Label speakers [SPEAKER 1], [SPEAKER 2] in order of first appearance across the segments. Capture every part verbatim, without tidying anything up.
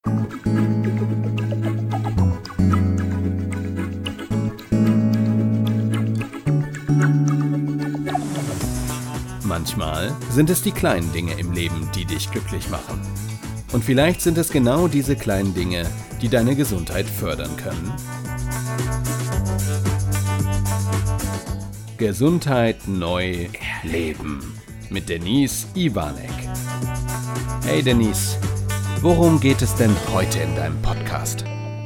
[SPEAKER 1] Manchmal sind es die kleinen Dinge im Leben, die dich glücklich machen. Und vielleicht sind es genau diese kleinen Dinge, die deine Gesundheit fördern können. Gesundheit neu erleben mit Denise Iwanek. Hey Denise, worum geht es denn heute in deinem Podcast?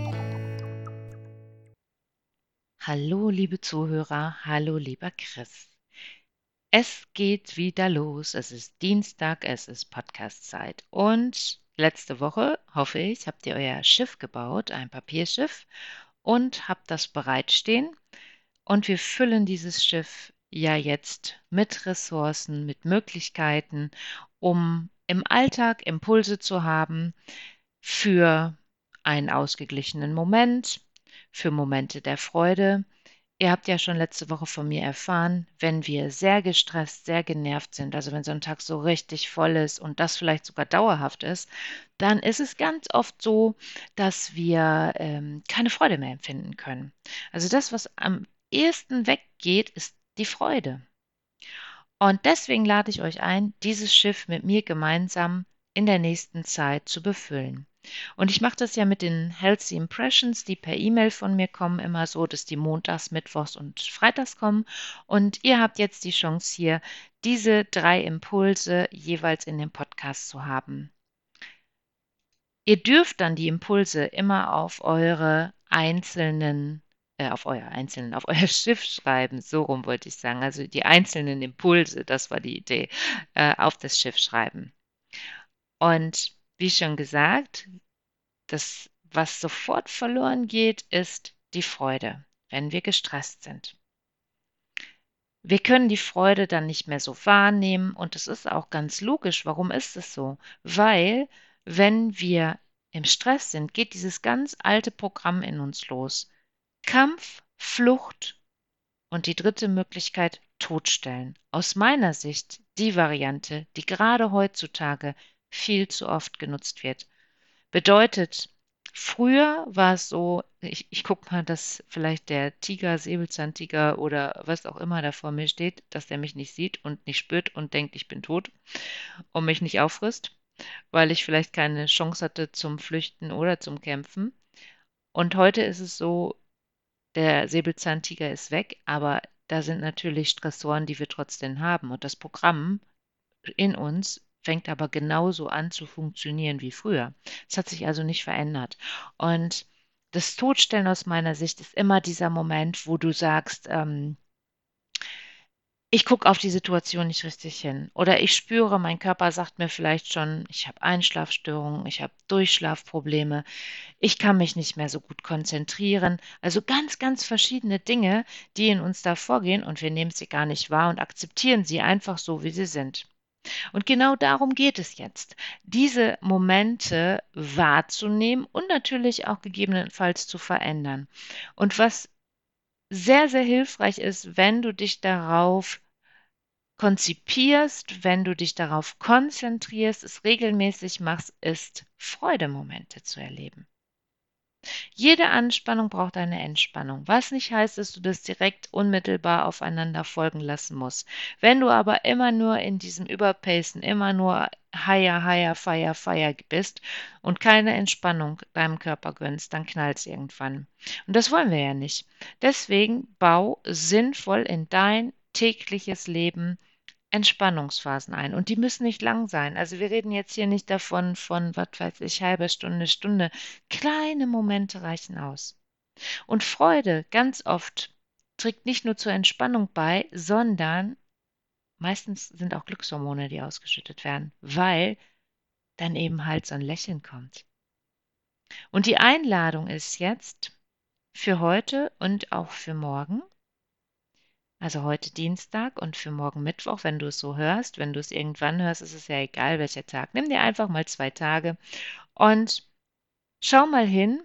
[SPEAKER 2] Hallo liebe Zuhörer, hallo lieber Chris. Es geht wieder los, es ist Dienstag, es ist Podcast-Zeit und letzte Woche, hoffe ich, habt ihr euer Schiff gebaut, ein Papierschiff und habt das bereitstehen und wir füllen dieses Schiff ja jetzt mit Ressourcen, mit Möglichkeiten, um im Alltag Impulse zu haben für einen ausgeglichenen Moment, für Momente der Freude. Ihr habt ja schon letzte Woche von mir erfahren, wenn wir sehr gestresst, sehr genervt sind, also wenn so ein Tag so richtig voll ist und das vielleicht sogar dauerhaft ist, dann ist es ganz oft so, dass wir ähm, keine Freude mehr empfinden können. Also das, was am ehesten weggeht, ist die Freude. Und deswegen lade ich euch ein, dieses Schiff mit mir gemeinsam in der nächsten Zeit zu befüllen. Und ich mache das ja mit den Healthy Impressions, die per E-Mail von mir kommen, immer so, dass die montags, mittwochs und freitags kommen. Und ihr habt jetzt die Chance hier, diese drei Impulse jeweils in dem Podcast zu haben. Ihr dürft dann die Impulse immer auf eure einzelnen, äh, auf euer einzelnen, auf euer Schiff schreiben, so rum wollte ich sagen. Also die einzelnen Impulse, das war die Idee, äh, auf das Schiff schreiben. Und wie schon gesagt, das, was sofort verloren geht, ist die Freude, wenn wir gestresst sind. Wir können die Freude dann nicht mehr so wahrnehmen und es ist auch ganz logisch. Warum ist es so? Weil, wenn wir im Stress sind, geht dieses ganz alte Programm in uns los. Kampf, Flucht und die dritte Möglichkeit, Todstellen. Aus meiner Sicht die Variante, die gerade heutzutage viel zu oft genutzt wird. Bedeutet, früher war es so, ich, ich gucke mal, dass vielleicht der Tiger, Säbelzahntiger oder was auch immer da vor mir steht, dass der mich nicht sieht und nicht spürt und denkt, ich bin tot und mich nicht auffrisst, weil ich vielleicht keine Chance hatte zum Flüchten oder zum Kämpfen. Und heute ist es so, der Säbelzahntiger ist weg, aber da sind natürlich Stressoren, die wir trotzdem haben. Und das Programm in uns fängt aber genauso an zu funktionieren wie früher. Es hat sich also nicht verändert. Und das Todstellen aus meiner Sicht ist immer dieser Moment, wo du sagst, ähm, ich gucke auf die Situation nicht richtig hin. Oder ich spüre, mein Körper sagt mir vielleicht schon, ich habe Einschlafstörungen, ich habe Durchschlafprobleme, ich kann mich nicht mehr so gut konzentrieren. Also ganz, ganz verschiedene Dinge, die in uns da vorgehen und wir nehmen sie gar nicht wahr und akzeptieren sie einfach so, wie sie sind. Und genau darum geht es jetzt, diese Momente wahrzunehmen und natürlich auch gegebenenfalls zu verändern. Und was sehr, sehr hilfreich ist, wenn du dich darauf konzipierst, wenn du dich darauf konzentrierst, es regelmäßig machst, ist Freudemomente zu erleben. Jede Anspannung braucht eine Entspannung, was nicht heißt, dass du das direkt unmittelbar aufeinander folgen lassen musst. Wenn du aber immer nur in diesem Überpacen, immer nur higher, higher, fire, fire bist und keine Entspannung deinem Körper gönnst, dann knallt es irgendwann. Und das wollen wir ja nicht. Deswegen bau sinnvoll in dein tägliches Leben Entspannungsphasen ein. Und die müssen nicht lang sein. Also wir reden jetzt hier nicht davon, von, was weiß ich, halbe Stunde, Stunde. Kleine Momente reichen aus. Und Freude ganz oft trägt nicht nur zur Entspannung bei, sondern meistens sind auch Glückshormone, die ausgeschüttet werden, weil dann eben halt so ein Lächeln kommt. Und die Einladung ist jetzt für heute und auch für morgen, also heute Dienstag und für morgen Mittwoch, wenn du es so hörst. Wenn du es irgendwann hörst, ist es ja egal, welcher Tag. Nimm dir einfach mal zwei Tage und schau mal hin,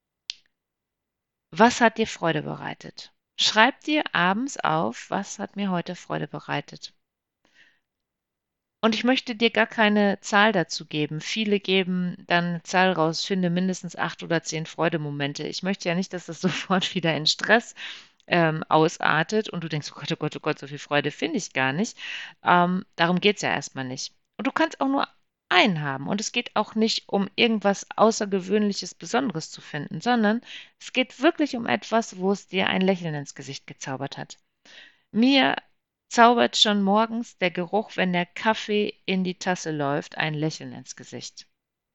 [SPEAKER 2] was hat dir Freude bereitet. Schreib dir abends auf, was hat mir heute Freude bereitet. Und ich möchte dir gar keine Zahl dazu geben. Viele geben dann eine Zahl raus, finde mindestens acht oder zehn Freudemomente. Ich möchte ja nicht, dass das sofort wieder in Stress ähm, ausartet und du denkst, oh Gott, oh Gott, oh Gott, so viel Freude finde ich gar nicht. Ähm, darum geht es ja erstmal nicht. Und du kannst auch nur einen haben. Und es geht auch nicht um irgendwas Außergewöhnliches, Besonderes zu finden, sondern es geht wirklich um etwas, wo es dir ein Lächeln ins Gesicht gezaubert hat. Mir zaubert schon morgens der Geruch, wenn der Kaffee in die Tasse läuft, ein Lächeln ins Gesicht.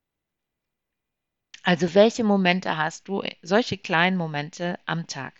[SPEAKER 2] Also welche Momente hast du, solche kleinen Momente am Tag,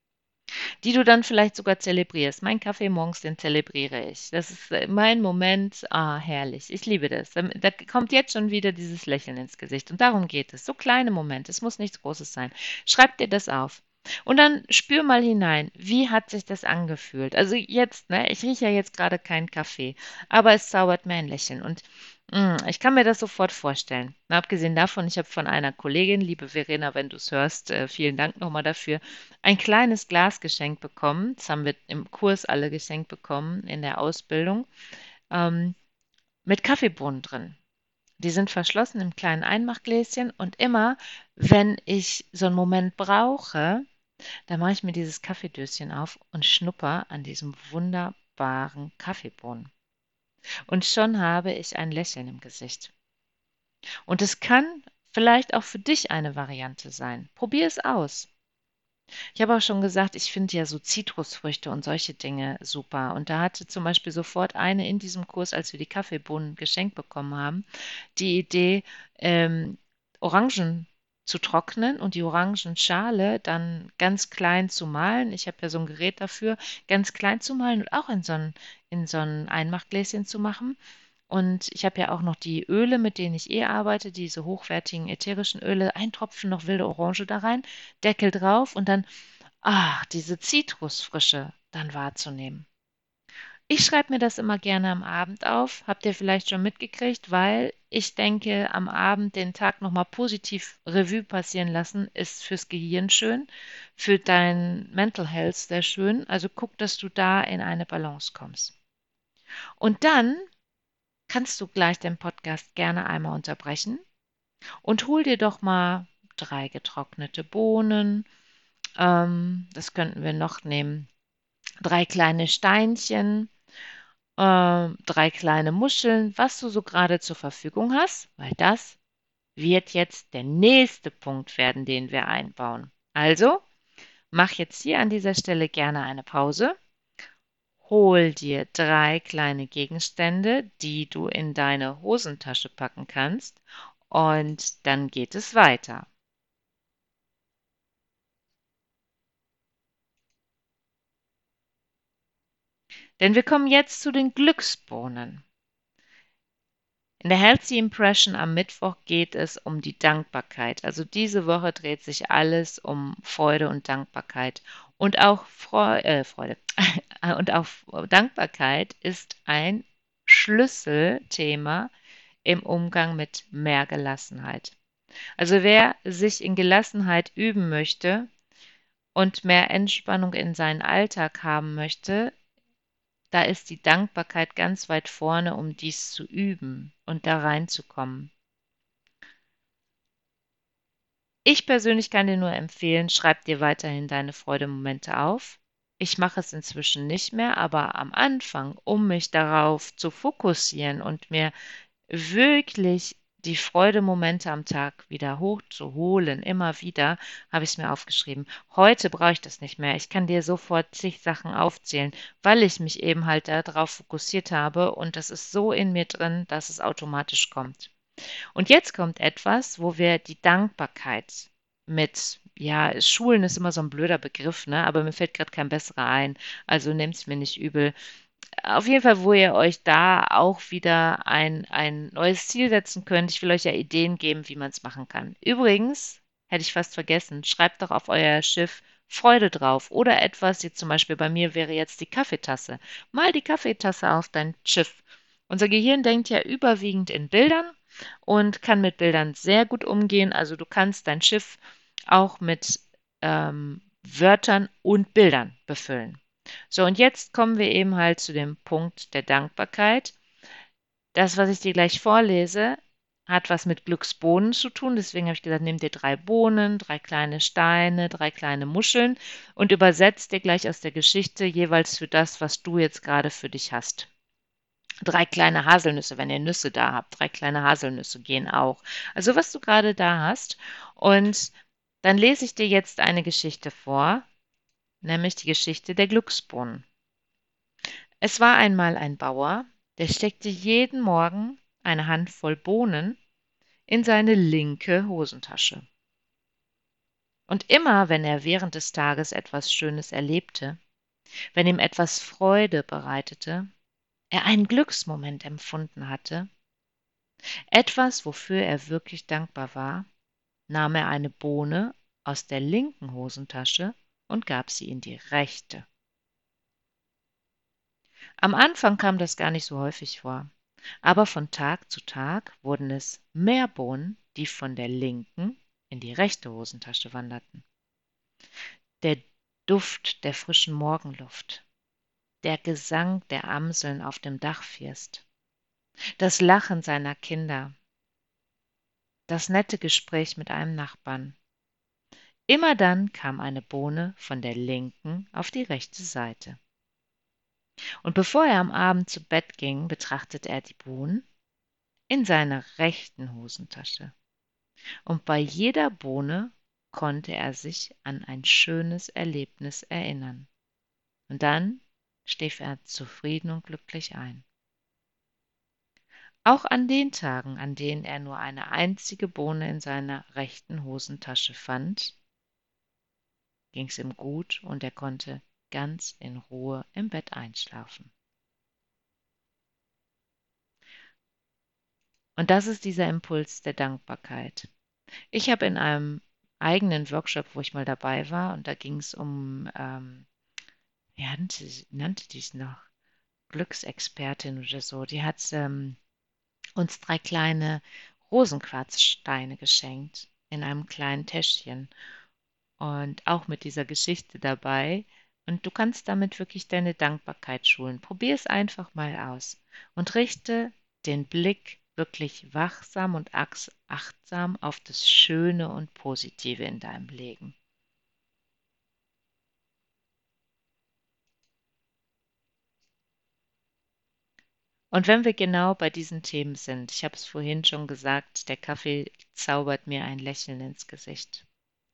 [SPEAKER 2] die du dann vielleicht sogar zelebrierst? Mein Kaffee morgens, den zelebriere ich. Das ist äh, mein Moment. Ah, herrlich. Ich liebe das. Da da kommt jetzt schon wieder dieses Lächeln ins Gesicht. Und darum geht es. So kleine Momente. Es muss nichts Großes sein. Schreib dir das auf. Und dann spür mal hinein, wie hat sich das angefühlt? Also jetzt, ne, ich rieche ja jetzt gerade keinen Kaffee, aber es zaubert mir ein Lächeln. Und mm, ich kann mir das sofort vorstellen. Na, abgesehen davon, ich habe von einer Kollegin, liebe Verena, wenn du es hörst, äh, vielen Dank nochmal dafür, ein kleines Glas geschenkt bekommen. Das haben wir im Kurs alle geschenkt bekommen in der Ausbildung, ähm, mit Kaffeebohnen drin. Die sind verschlossen im kleinen Einmachgläschen und immer, wenn ich so einen Moment brauche, dann mache ich mir dieses Kaffeedöschen auf und schnupper an diesem wunderbaren Kaffeebohnen. Und schon habe ich ein Lächeln im Gesicht. Und es kann vielleicht auch für dich eine Variante sein. Probier es aus. Ich habe auch schon gesagt, ich finde ja so Zitrusfrüchte und solche Dinge super. Und da hatte zum Beispiel sofort eine in diesem Kurs, als wir die Kaffeebohnen geschenkt bekommen haben, die Idee, ähm, Orangen zu trocknen und die Orangenschale dann ganz klein zu mahlen. Ich habe ja so ein Gerät dafür, ganz klein zu mahlen und auch in so ein, in so ein Einmachgläschen zu machen. Und ich habe ja auch noch die Öle, mit denen ich eh arbeite, diese hochwertigen ätherischen Öle. Ein Tropfen noch wilde Orange da rein, Deckel drauf und dann, ach, diese Zitrusfrische dann wahrzunehmen. Ich schreibe mir das immer gerne am Abend auf, habt ihr vielleicht schon mitgekriegt, weil ich denke, am Abend den Tag nochmal positiv Revue passieren lassen, ist fürs Gehirn schön, für dein Mental Health sehr schön. Also guck, dass du da in eine Balance kommst. Und dann kannst du gleich den Podcast gerne einmal unterbrechen und hol dir doch mal drei getrocknete Bohnen. Ähm, das könnten wir noch nehmen. Drei kleine Steinchen, ähm, drei kleine Muscheln, was du so gerade zur Verfügung hast, weil das wird jetzt der nächste Punkt werden, den wir einbauen. Also, mach jetzt hier an dieser Stelle gerne eine Pause. Hol dir drei kleine Gegenstände, die du in deine Hosentasche packen kannst, und dann geht es weiter. Denn wir kommen jetzt zu den Glücksbohnen. In der Healthy Impression am Mittwoch geht es um die Dankbarkeit. Also diese Woche dreht sich alles um Freude und Dankbarkeit. Und auch Freu äh, Freude und auch Dankbarkeit ist ein Schlüsselthema im Umgang mit mehr Gelassenheit. Also wer sich in Gelassenheit üben möchte und mehr Entspannung in seinen Alltag haben möchte, da ist die Dankbarkeit ganz weit vorne, um dies zu üben und da reinzukommen. Ich persönlich kann dir nur empfehlen, schreib dir weiterhin deine Freudemomente auf. Ich mache es inzwischen nicht mehr, aber am Anfang, um mich darauf zu fokussieren und mir wirklich die Freudemomente am Tag wieder hochzuholen, immer wieder, habe ich es mir aufgeschrieben. Heute brauche ich das nicht mehr. Ich kann dir sofort zig Sachen aufzählen, weil ich mich eben halt darauf fokussiert habe und das ist so in mir drin, dass es automatisch kommt. Und jetzt kommt etwas, wo wir die Dankbarkeit mit, ja, Schulen ist immer so ein blöder Begriff, ne? Aber mir fällt gerade kein besserer ein. Also nehmt es mir nicht übel. Auf jeden Fall, wo ihr euch da auch wieder ein, ein neues Ziel setzen könnt. Ich will euch ja Ideen geben, wie man es machen kann. Übrigens, hätte ich fast vergessen, schreibt doch auf euer Schiff Freude drauf. Oder etwas, jetzt zum Beispiel bei mir wäre jetzt die Kaffeetasse. Mal die Kaffeetasse auf dein Schiff. Unser Gehirn denkt ja überwiegend in Bildern und kann mit Bildern sehr gut umgehen. Also du kannst dein Schiff auch mit ähm, Wörtern und Bildern befüllen. So, und jetzt kommen wir eben halt zu dem Punkt der Dankbarkeit. Das, was ich dir gleich vorlese, hat was mit Glücksbohnen zu tun. Deswegen habe ich gesagt, nimm dir drei Bohnen, drei kleine Steine, drei kleine Muscheln und übersetz dir gleich aus der Geschichte jeweils für das, was du jetzt gerade für dich hast. Drei kleine Haselnüsse, wenn ihr Nüsse da habt, drei kleine Haselnüsse gehen auch. Also was du gerade da hast. Und dann lese ich dir jetzt eine Geschichte vor, nämlich die Geschichte der Glücksbohnen. Es war einmal ein Bauer, der steckte jeden Morgen eine Handvoll Bohnen in seine linke Hosentasche. Und immer, wenn er während des Tages etwas Schönes erlebte, wenn ihm etwas Freude bereitete, er einen Glücksmoment empfunden hatte, etwas, wofür er wirklich dankbar war, nahm er eine Bohne aus der linken Hosentasche und gab sie in die rechte. Am Anfang kam das gar nicht so häufig vor, aber von Tag zu Tag wurden es mehr Bohnen, die von der linken in die rechte Hosentasche wanderten. Der Duft der frischen Morgenluft, der Gesang der Amseln auf dem Dachfirst, das Lachen seiner Kinder, das nette Gespräch mit einem Nachbarn. Immer dann kam eine Bohne von der linken auf die rechte Seite. Und bevor er am Abend zu Bett ging, betrachtete er die Bohnen in seiner rechten Hosentasche. Und bei jeder Bohne konnte er sich an ein schönes Erlebnis erinnern. Und dann schlief er zufrieden und glücklich ein. Auch an den Tagen, an denen er nur eine einzige Bohne in seiner rechten Hosentasche fand, ging es ihm gut und er konnte ganz in Ruhe im Bett einschlafen. Und das ist dieser Impuls der Dankbarkeit. Ich habe in einem eigenen Workshop, wo ich mal dabei war, und da ging es um, ähm, wie nannte, nannte die es noch, Glücksexpertin oder so, die hat ähm, uns drei kleine Rosenquarzsteine geschenkt in einem kleinen Täschchen und auch mit dieser Geschichte dabei. Und du kannst damit wirklich deine Dankbarkeit schulen. Probier es einfach mal aus und richte den Blick wirklich wachsam und achtsam auf das Schöne und Positive in deinem Leben. Und wenn wir genau bei diesen Themen sind, ich habe es vorhin schon gesagt, der Kaffee zaubert mir ein Lächeln ins Gesicht.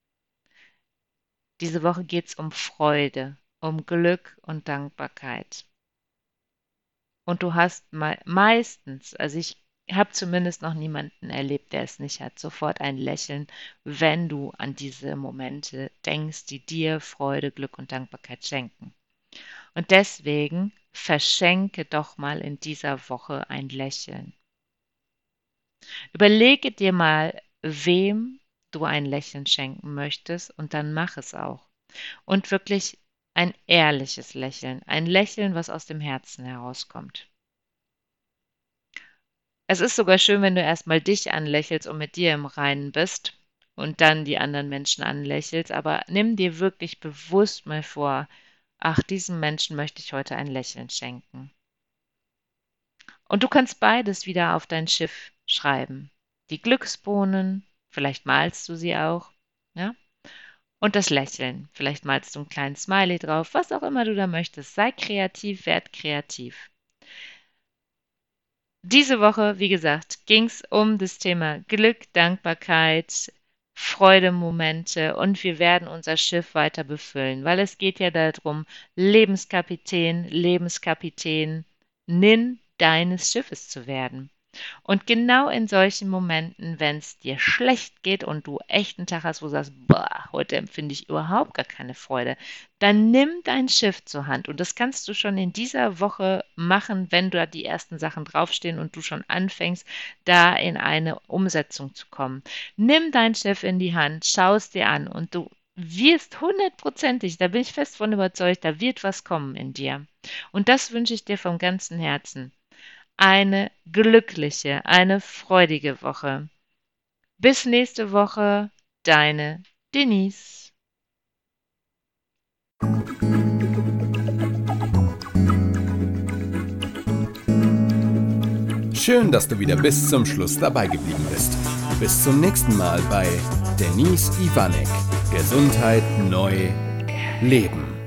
[SPEAKER 2] Diese Woche geht es um Freude, um Glück und Dankbarkeit. Und du hast me meistens, also ich habe zumindest noch niemanden erlebt, der es nicht hat, sofort ein Lächeln, wenn du an diese Momente denkst, die dir Freude, Glück und Dankbarkeit schenken. Und deswegen verschenke doch mal in dieser Woche ein Lächeln. Überlege dir mal, wem du ein Lächeln schenken möchtest und dann mach es auch. Und wirklich ein ehrliches Lächeln, ein Lächeln, was aus dem Herzen herauskommt. Es ist sogar schön, wenn du erstmal dich anlächelst und mit dir im Reinen bist und dann die anderen Menschen anlächelst, aber nimm dir wirklich bewusst mal vor, ach, diesem Menschen möchte ich heute ein Lächeln schenken. Und du kannst beides wieder auf dein Schiff schreiben. Die Glücksbohnen, vielleicht malst du sie auch, ja? Und das Lächeln, vielleicht malst du einen kleinen Smiley drauf, was auch immer du da möchtest. Sei kreativ, werd kreativ. Diese Woche, wie gesagt, ging es um das Thema Glück, Dankbarkeit, Freudemomente und wir werden unser Schiff weiter befüllen, weil es geht ja darum, Lebenskapitän, Lebenskapitänin deines Schiffes zu werden. Und genau in solchen Momenten, wenn es dir schlecht geht und du echt einen Tag hast, wo du sagst, boah, heute empfinde ich überhaupt gar keine Freude, dann nimm dein Schiff zur Hand. Und das kannst du schon in dieser Woche machen, wenn da die ersten Sachen draufstehen und du schon anfängst, da in eine Umsetzung zu kommen. Nimm dein Schiff in die Hand, schau es dir an und du wirst hundertprozentig, da bin ich fest von überzeugt, da wird was kommen in dir. Und das wünsche ich dir vom ganzen Herzen. Eine glückliche, eine freudige Woche. Bis nächste Woche, deine Denise.
[SPEAKER 1] Schön, dass du wieder bis zum Schluss dabei geblieben bist. Bis zum nächsten Mal bei Denise Iwanek. Gesundheit neu leben.